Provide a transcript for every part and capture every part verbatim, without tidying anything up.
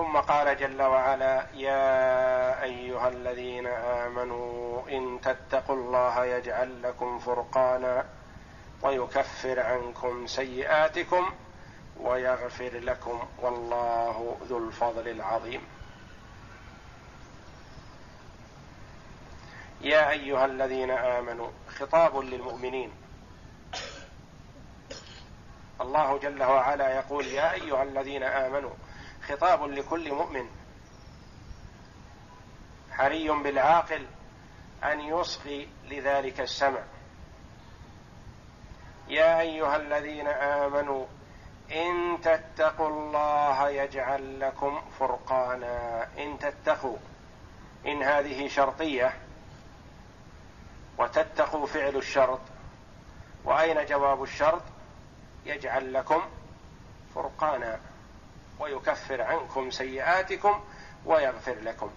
ثم قال جل وعلا: يا أيها الذين آمنوا إن تتقوا الله يجعل لكم فرقانا ويكفر عنكم سيئاتكم ويغفر لكم والله ذو الفضل العظيم. يا أيها الذين آمنوا خطاب للمؤمنين. الله جل وعلا يقول: يا أيها الذين آمنوا، خطاب لكل مؤمن. حري بالعاقل أن يصغي لذلك السمع. يا أيها الذين آمنوا إن تتقوا الله يجعل لكم فرقانا. إن تتقوا، إن هذه شرطية، وتتقوا فعل الشرط، وأين جواب الشرط؟ يجعل لكم فرقانا ويكفر عنكم سيئاتكم ويغفر لكم.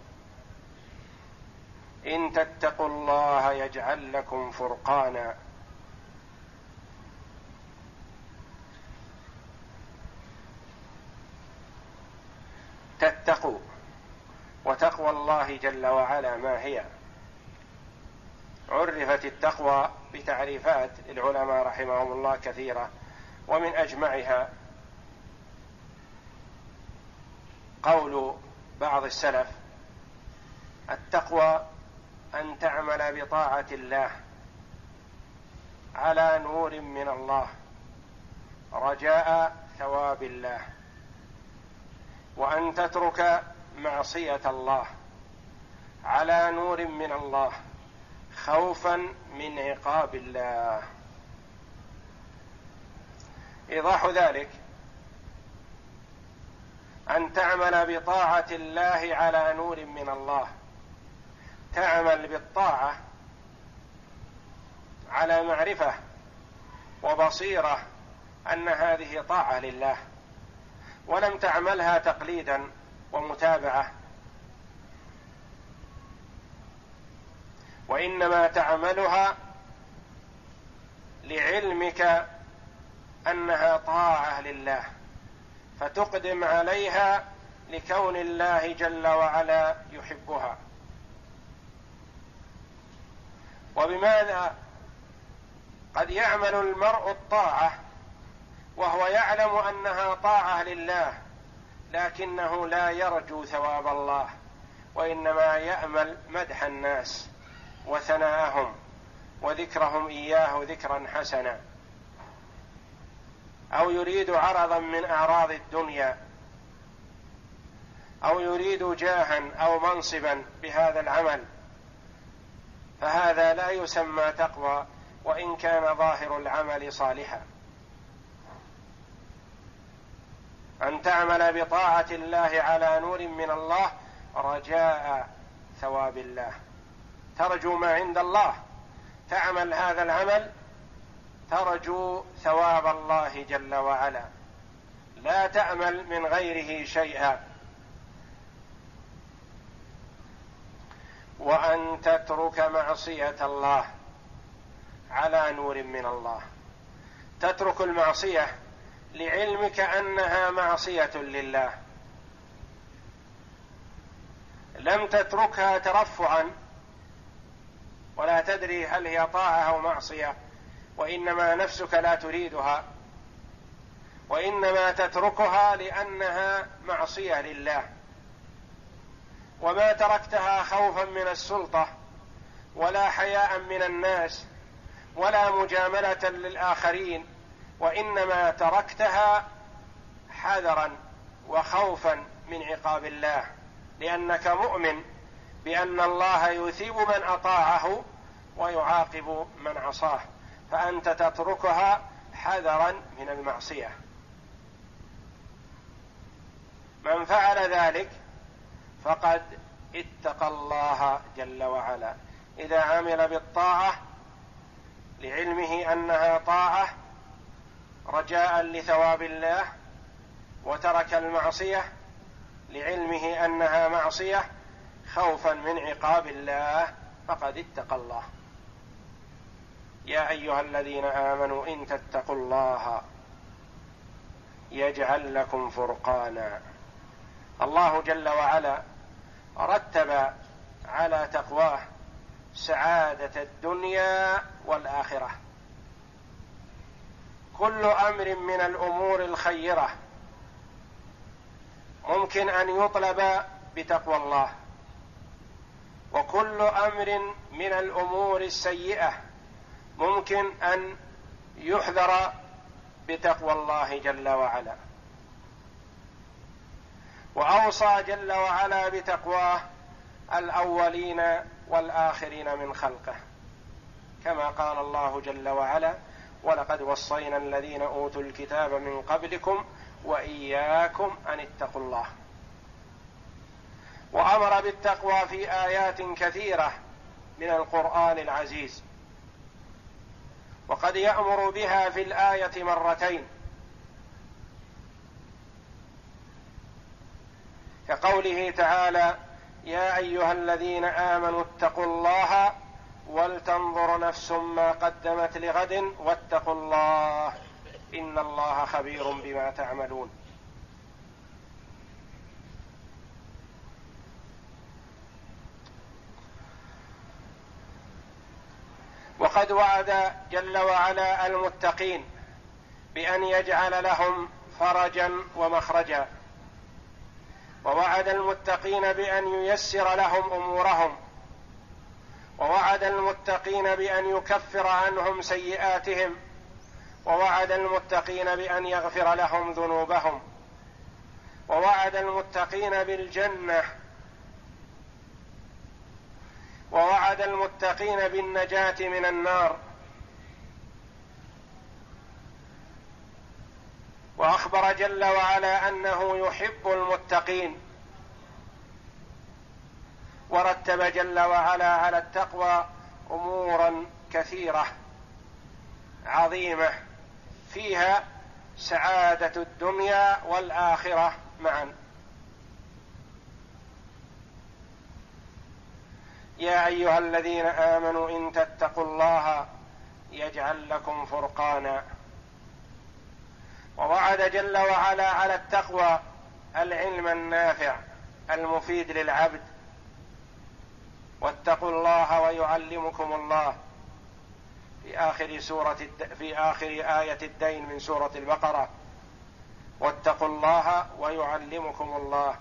إن تتقوا الله يجعل لكم فرقانا. تتقوا، وتقوى الله جل وعلا ما هي؟ عرفت التقوى بتعريفات العلماء رحمهم الله كثيرة، ومن أجمعها قول بعض السلف: التقوى أن تعمل بطاعة الله على نور من الله رجاء ثواب الله، وأن تترك معصية الله على نور من الله خوفا من عقاب الله. إيضاح ذلك: أن تعمل بطاعة الله على نور من الله، تعمل بالطاعة على معرفة وبصيرة أن هذه طاعة لله، ولم تعملها تقليدا ومتابعة، وإنما تعملها لعلمك أنها طاعة لله، فتقدم عليها لكون الله جل وعلا يحبها. وبماذا قد يعمل المرء الطاعة وهو يعلم أنها طاعة لله، لكنه لا يرجو ثواب الله، وإنما يأمل مدح الناس وثناءهم وذكرهم إياه ذكرا حسنا، أو يريد عرضا من أعراض الدنيا، أو يريد جاها أو منصبا بهذا العمل، فهذا لا يسمى تقوى وإن كان ظاهر العمل صالحا. أن تعمل بطاعة الله على نور من الله رجاء ثواب الله، ترجو ما عند الله، تعمل هذا العمل ترجو ثواب الله جل وعلا، لا تعمل من غيره شيئا. وأن تترك معصية الله على نور من الله، تترك المعصية لعلمك أنها معصية لله، لم تتركها ترفعا ولا تدري هل هي طاعة أو معصية، وإنما نفسك لا تريدها، وإنما تتركها لأنها معصية لله، وما تركتها خوفا من السلطة ولا حياء من الناس ولا مجاملة للآخرين، وإنما تركتها حذرا وخوفا من عقاب الله، لأنك مؤمن بأن الله يثيب من أطاعه ويعاقب من عصاه، فأنت تتركها حذرا من المعصية. من فعل ذلك فقد اتقى الله جل وعلا، إذا عمل بالطاعة لعلمه أنها طاعة رجاء لثواب الله، وترك المعصية لعلمه أنها معصية خوفا من عقاب الله، فقد اتقى الله. يا أيها الذين آمنوا إن تتقوا الله يجعل لكم فرقانا الله جل وعلا رتب على تقواه سعادة الدنيا والآخرة. كل أمر من الأمور الخيرة ممكن أن يطلب بتقوى الله، وكل أمر من الأمور السيئة ممكن أن يحذر بتقوى الله جل وعلا. وأوصى جل وعلا بتقواه الأولين والآخرين من خلقه، كما قال الله جل وعلا: ولقد وصينا الذين أوتوا الكتاب من قبلكم وإياكم أن اتقوا الله. وأمر بالتقوى في آيات كثيرة من القرآن العزيز، وقد يأمر بها في الآية مرتين، كقوله تعالى: يا أيها الذين آمنوا اتقوا الله ولتنظر نفس ما قدمت لغد واتقوا الله إن الله خبير بما تعملون. وقد وعد جل وعلا المتقين بأن يجعل لهم فرجا ومخرجا، ووعد المتقين بأن ييسر لهم أمورهم، ووعد المتقين بأن يكفر عنهم سيئاتهم، ووعد المتقين بأن يغفر لهم ذنوبهم، ووعد المتقين بالجنة، ووعد المتقين بالنجاة من النار. وأخبر جل وعلا أنه يحب المتقين، ورتب جل وعلا على التقوى أمورا كثيرة عظيمة فيها سعادة الدنيا والآخرة معا. يا أيها الذين آمنوا إن تتقوا الله يجعل لكم فرقانا. ووعد جل وعلا على التقوى العلم النافع المفيد للعبد: واتقوا الله ويعلمكم الله، في آخر سورة الد... في آخر آية الدين من سورة البقرة: واتقوا الله ويعلمكم الله.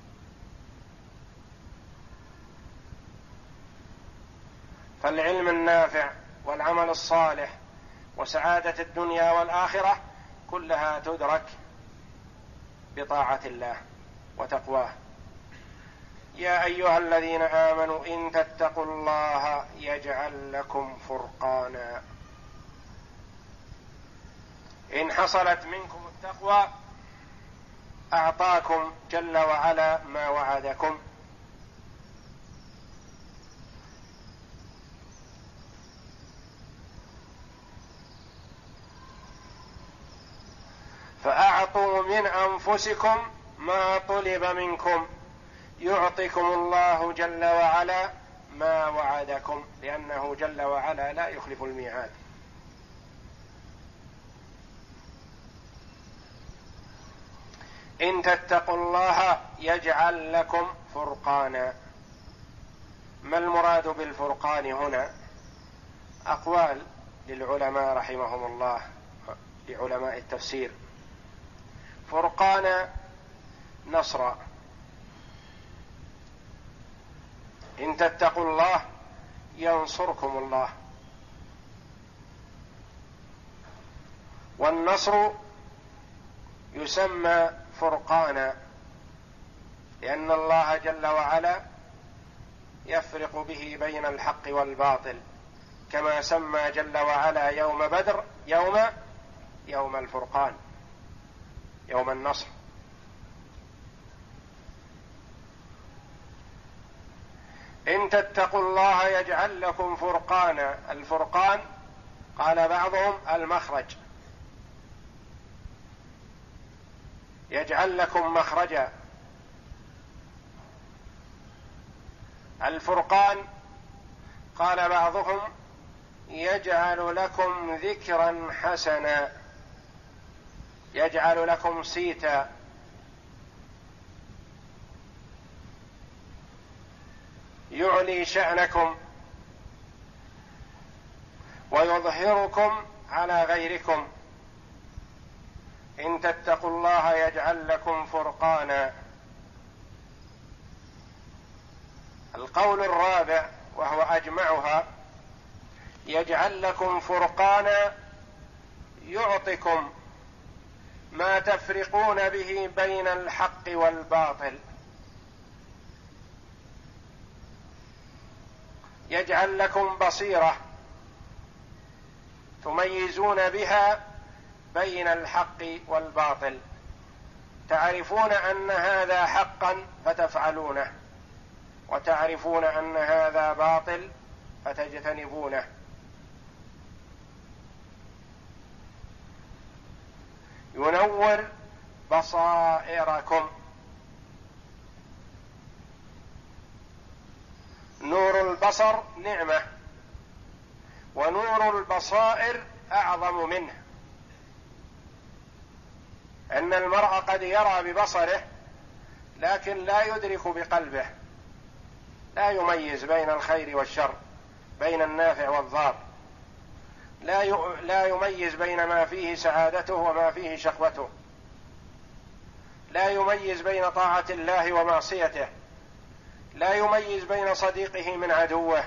فالعلم النافع والعمل الصالح وسعادة الدنيا والآخرة كلها تدرك بطاعة الله وتقواه. يا أيها الذين آمنوا إن تتقوا الله يجعل لكم فرقانا. إن حصلت منكم التقوى أعطاكم جل وعلا ما وعدكم. فأعطوا من أنفسكم ما طلب منكم يعطيكم الله جل وعلا ما وعدكم، لأنه جل وعلا لا يخلف الميعاد. إن تتقوا الله يجعل لكم فرقانا. ما المراد بالفرقان هنا؟ أقوال للعلماء رحمهم الله، لعلماء التفسير. فرقان نصرا، إن تتقوا الله ينصركم الله. والنصر يسمى فرقانا لأن الله جل وعلا يفرق به بين الحق والباطل، كما سمى جل وعلا يوم بدر يوم يوم الفرقان، يوم النصر. إن تتقوا الله يجعل لكم فرقانا. الفرقان قال بعضهم المخرج، يجعل لكم مخرجا. الفرقان قال بعضهم يجعل لكم ذكرا حسنا، يجعل لكم صيتا، يعلي شأنكم ويظهركم على غيركم. إن تتقوا الله يجعل لكم فرقانا. القول الرابع وهو أجمعها: يجعل لكم فرقانا يعطكم ما تفرقون به بين الحق والباطل. يجعل لكم بصيرة تميزون بها بين الحق والباطل، تعرفون أن هذا حقا فتفعلونه، وتعرفون أن هذا باطل فتجتنبونه. ينور بصائركم. نور البصر نعمة، ونور البصائر أعظم منه. أن المرء قد يرى ببصره لكن لا يدرك بقلبه، لا يميز بين الخير والشر، بين النافع والضار، لا لا يميز بين ما فيه سعادته وما فيه شقوته، لا يميز بين طاعة الله ومعصيته، لا يميز بين صديقه من عدوه.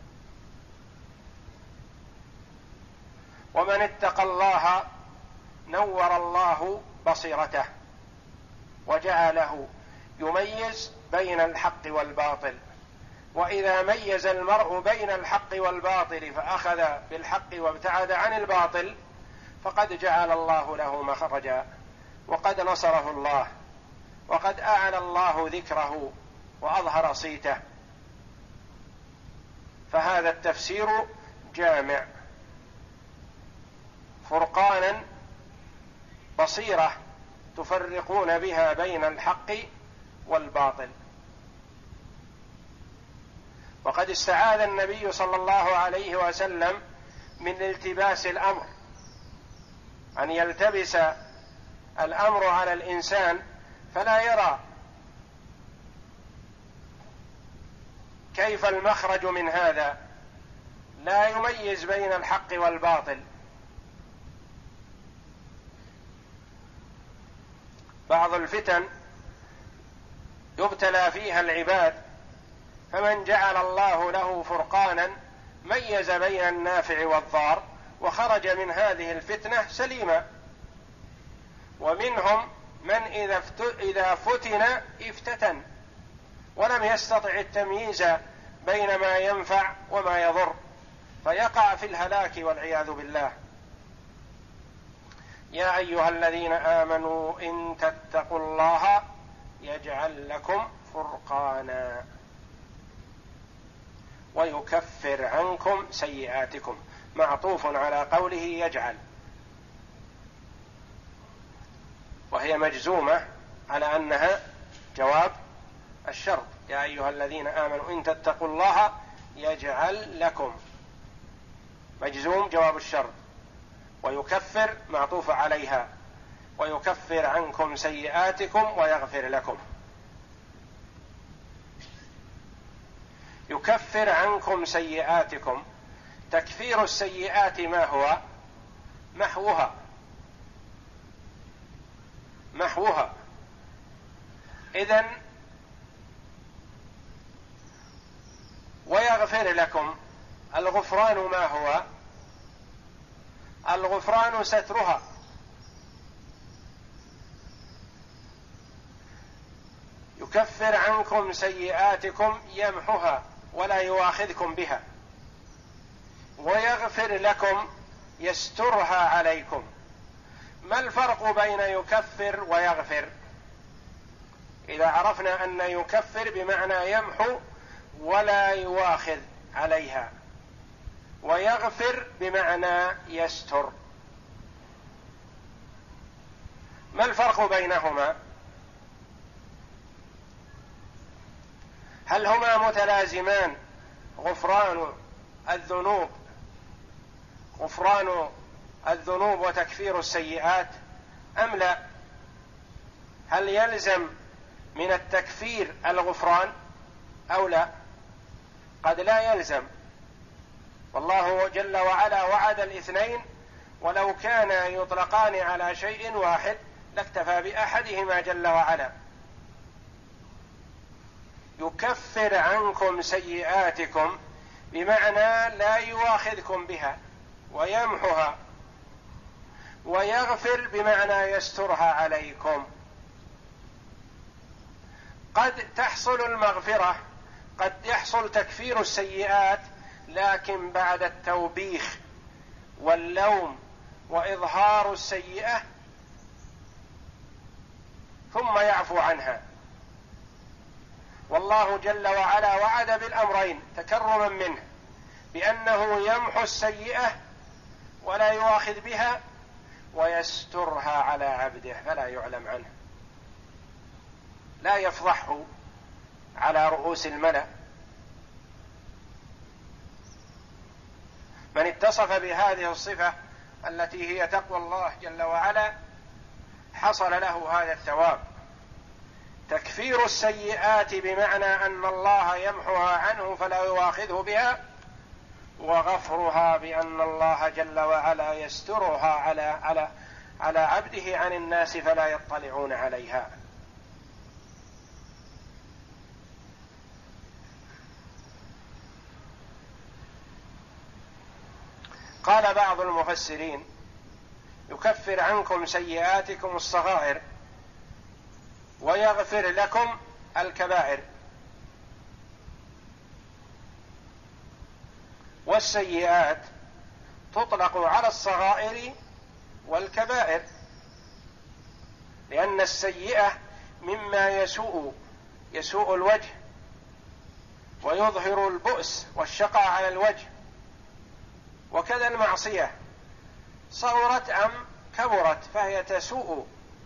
ومن اتقى الله نور الله بصيرته وجعله يميز بين الحق والباطل. وإذا ميز المرء بين الحق والباطل فأخذ بالحق وابتعد عن الباطل فقد جعل الله له مخرجا، وقد نصره الله، وقد أعلى الله ذكره وأظهر صيته. فهذا التفسير جامع: فرقانا بصيرة تفرقون بها بين الحق والباطل. وقد استعاذ النبي صلى الله عليه وسلم من التباس الأمر، أن يلتبس الأمر على الإنسان فلا يرى كيف المخرج من هذا، لا يميز بين الحق والباطل. بعض الفتن يبتلى فيها العباد، فمن جعل الله له فرقانا ميز بين النافع والضار وخرج من هذه الفتنة سليما. ومنهم من إذا فتن افتتن ولم يستطع التمييز بين ما ينفع وما يضر، فيقع في الهلاك والعياذ بالله. يا أيها الذين آمنوا إن تتقوا الله يجعل لكم فرقانا ويكفر عنكم سيئاتكم. معطوف على قوله يجعل، وهي مجزومة على أنها جواب الشرط. يا أيها الذين آمنوا إن تتقوا الله يجعل لكم، مجزوم جواب الشرط، ويكفر معطوف عليها، ويكفر عنكم سيئاتكم ويغفر لكم. يكفر عنكم سيئاتكم، تكفير السيئات ما هو؟ محوها، محوها. إذن ويغفر لكم، الغفران ما هو؟ الغفران سترها. يكفر عنكم سيئاتكم يمحها ولا يؤاخذكم بها، ويغفر لكم يسترها عليكم. ما الفرق بين يكفر ويغفر؟ إذا عرفنا أن يكفر بمعنى يمحو ولا يؤاخذ عليها، ويغفر بمعنى يستر، ما الفرق بينهما؟ هل هما متلازمان؟ غفران الذنوب غفران الذنوب وتكفير السيئات أم لا؟ هل يلزم من التكفير الغفران أو لا؟ قد لا يلزم، والله جل وعلا وعد الاثنين، ولو كان يطلقان على شيء واحد لاكتفى بأحدهما جل وعلا. يكفر عنكم سيئاتكم بمعنى لا يؤاخذكم بها ويمحها، ويغفر بمعنى يسترها عليكم. قد تحصل المغفرة، قد يحصل تكفير السيئات، لكن بعد التوبيخ واللوم وإظهار السيئة ثم يعفو عنها. والله جل وعلا وعد بالأمرين تكرما منه، بأنه يمحو السيئة ولا يؤاخذ بها، ويسترها على عبده فلا يعلم عنه، لا يفضحه على رؤوس الملأ. من اتصف بهذه الصفة التي هي تقوى الله جل وعلا حصل له هذا الثواب. تكفير السيئات بمعنى أن الله يمحوها عنه فلا يؤاخذه بها، وغفرها بأن الله جل وعلا يسترها على على على عبده عن الناس فلا يطلعون عليها. قال بعض المفسرين: يكفر عنكم سيئاتكم الصغائر ويغفر لكم الكبائر. والسيئات تطلق على الصغائر والكبائر، لأن السيئة مما يسوء يسوء الوجه ويظهر البؤس والشقاء على الوجه، وكذا المعصية صغرت أم كبرت فهي تسوء.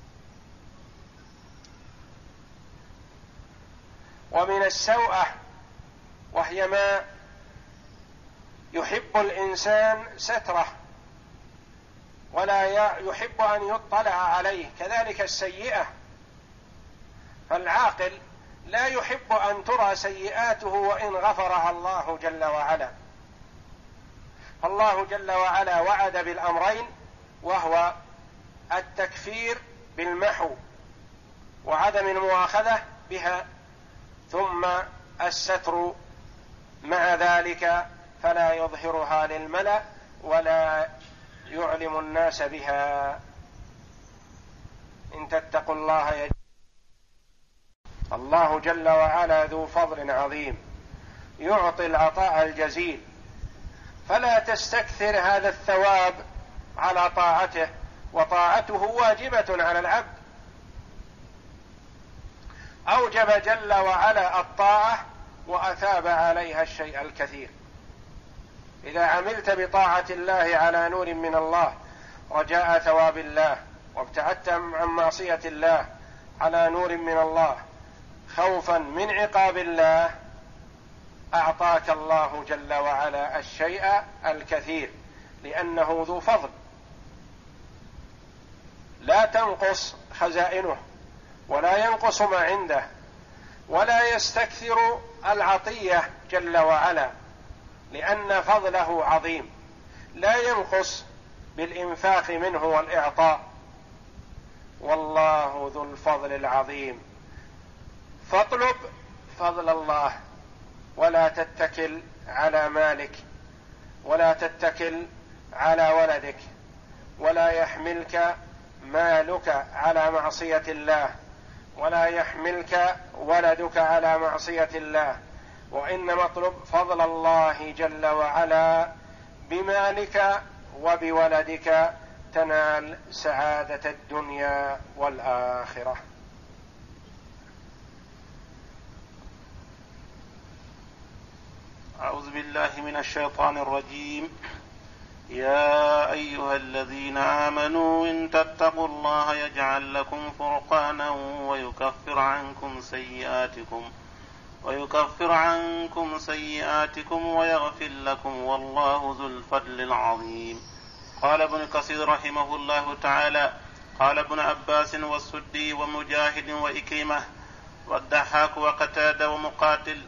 ومن السوءة وهي ما يحب الإنسان ستره ولا يحب أن يطلع عليه، كذلك السيئة. فالعاقل لا يحب أن ترى سيئاته وإن غفرها الله جل وعلا. فالله جل وعلا وعد بالأمرين، وهو التكفير بالمحو وعدم المؤاخذة بها، ثم الستر مع ذلك فلا يظهرها للملأ ولا يعلم الناس بها. إن تتقوا الله يجعل. الله جل وعلا ذو فضل عظيم يعطي العطاء الجزيل، فلا تستكثر هذا الثواب على طاعته، وطاعته واجبة على العبد. أوجب جل وعلا الطاعة وأثاب عليها الشيء الكثير. إذا عملت بطاعة الله على نور من الله رجاء ثواب الله، وابتعدت عن معصية الله على نور من الله خوفا من عقاب الله، أعطاك الله جل وعلا الشيء الكثير، لأنه ذو فضل لا تنقص خزائنه ولا ينقص ما عنده، ولا يستكثر العطية جل وعلا، لأن فضله عظيم لا ينقص بالإنفاق منه والإعطاء. والله ذو الفضل العظيم. فاطلب فضل الله، ولا تتكل على مالك، ولا تتكل على ولدك، ولا يحملك مالك على معصية الله، ولا يحملك ولدك على معصية الله، وإنما اطلب فضل الله جل وعلا. بمالك وبولدك تنال سعادة الدنيا والآخرة. أعوذ بالله من الشيطان الرجيم. يا أيها الذين آمنوا إن تتقوا الله يجعل لكم فرقانا ويكفر عنكم سيئاتكم ويكفر عنكم سيئاتكم ويغفر لكم والله ذو الفضل العظيم. قال ابن كثير رحمه الله تعالى: قال ابن عباس والسدي ومجاهد وإكرمة والضحاك وقتادة ومقاتل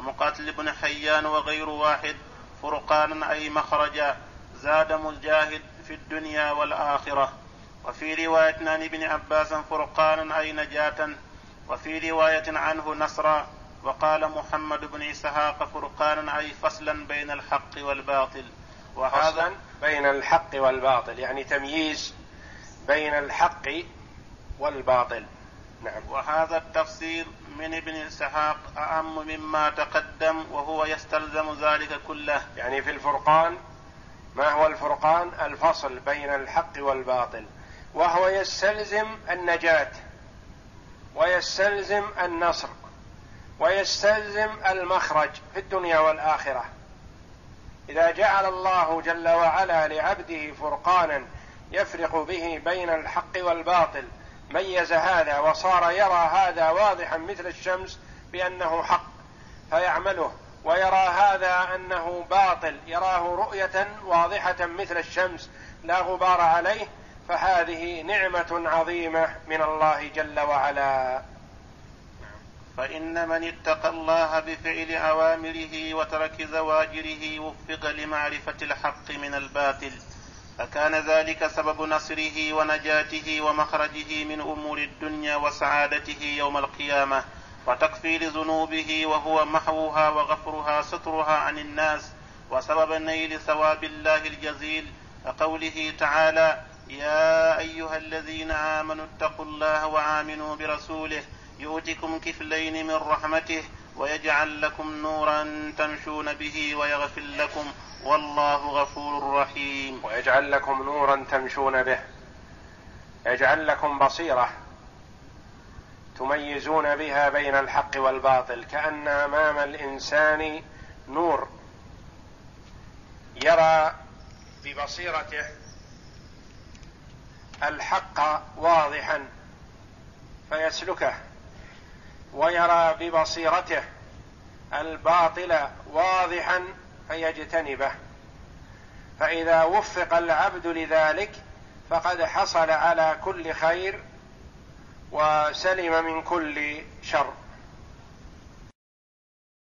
ومقاتل بن حيان وغير واحد فرقانا أي مخرجا زاد مجاهد في الدنيا والآخرة. وفي رواية عن ابن عباس فرقانا أي نجاة، وفي رواية عنه نصرا. وقال محمد بن إسحاق فرقانا أي فصلا بين الحق والباطل. وهذا بين الحق والباطل يعني تمييز بين الحق والباطل. نعم. وهذا التفسير من ابن إسحاق أعم مما تقدم، وهو يستلزم ذلك كله. يعني في الفرقان، ما هو الفرقان؟ الفصل بين الحق والباطل، وهو يستلزم النجاة ويستلزم النصر ويستلزم المخرج في الدنيا والآخرة. إذا جعل الله جل وعلا لعبده فرقانا يفرق به بين الحق والباطل، ميز هذا وصار يرى هذا واضحا مثل الشمس بأنه حق فيعمله، ويرى هذا أنه باطل يراه رؤية واضحة مثل الشمس لا غبار عليه، فهذه نعمة عظيمة من الله جل وعلا. فإن من اتقى الله بفعل أوامره وترك زواجره وفق لمعرفة الحق من الباطل، فكان ذلك سبب نصره ونجاته ومخرجه من أمور الدنيا وسعادته يوم القيامة وتكفير ذنوبه، وهو محوها وغفرها سترها عن الناس، وسبب نيل ثواب الله الجزيل. كقوله تعالى: يا أيها الذين آمنوا اتقوا الله وآمنوا برسوله يؤتكم كفلين من رحمته ويجعل لكم نورا تمشون به ويغفر لكم والله غفور رحيم. ويجعل لكم نورا تمشون به، يجعل لكم بصيرة تميزون بها بين الحق والباطل، كأن أمام الإنسان نور يرى ببصيرته الحق واضحا فيسلكه، ويرى ببصيرته الباطل واضحا فيجتنبه. فإذا وفق العبد لذلك فقد حصل على كل خير وسلم من كل شر.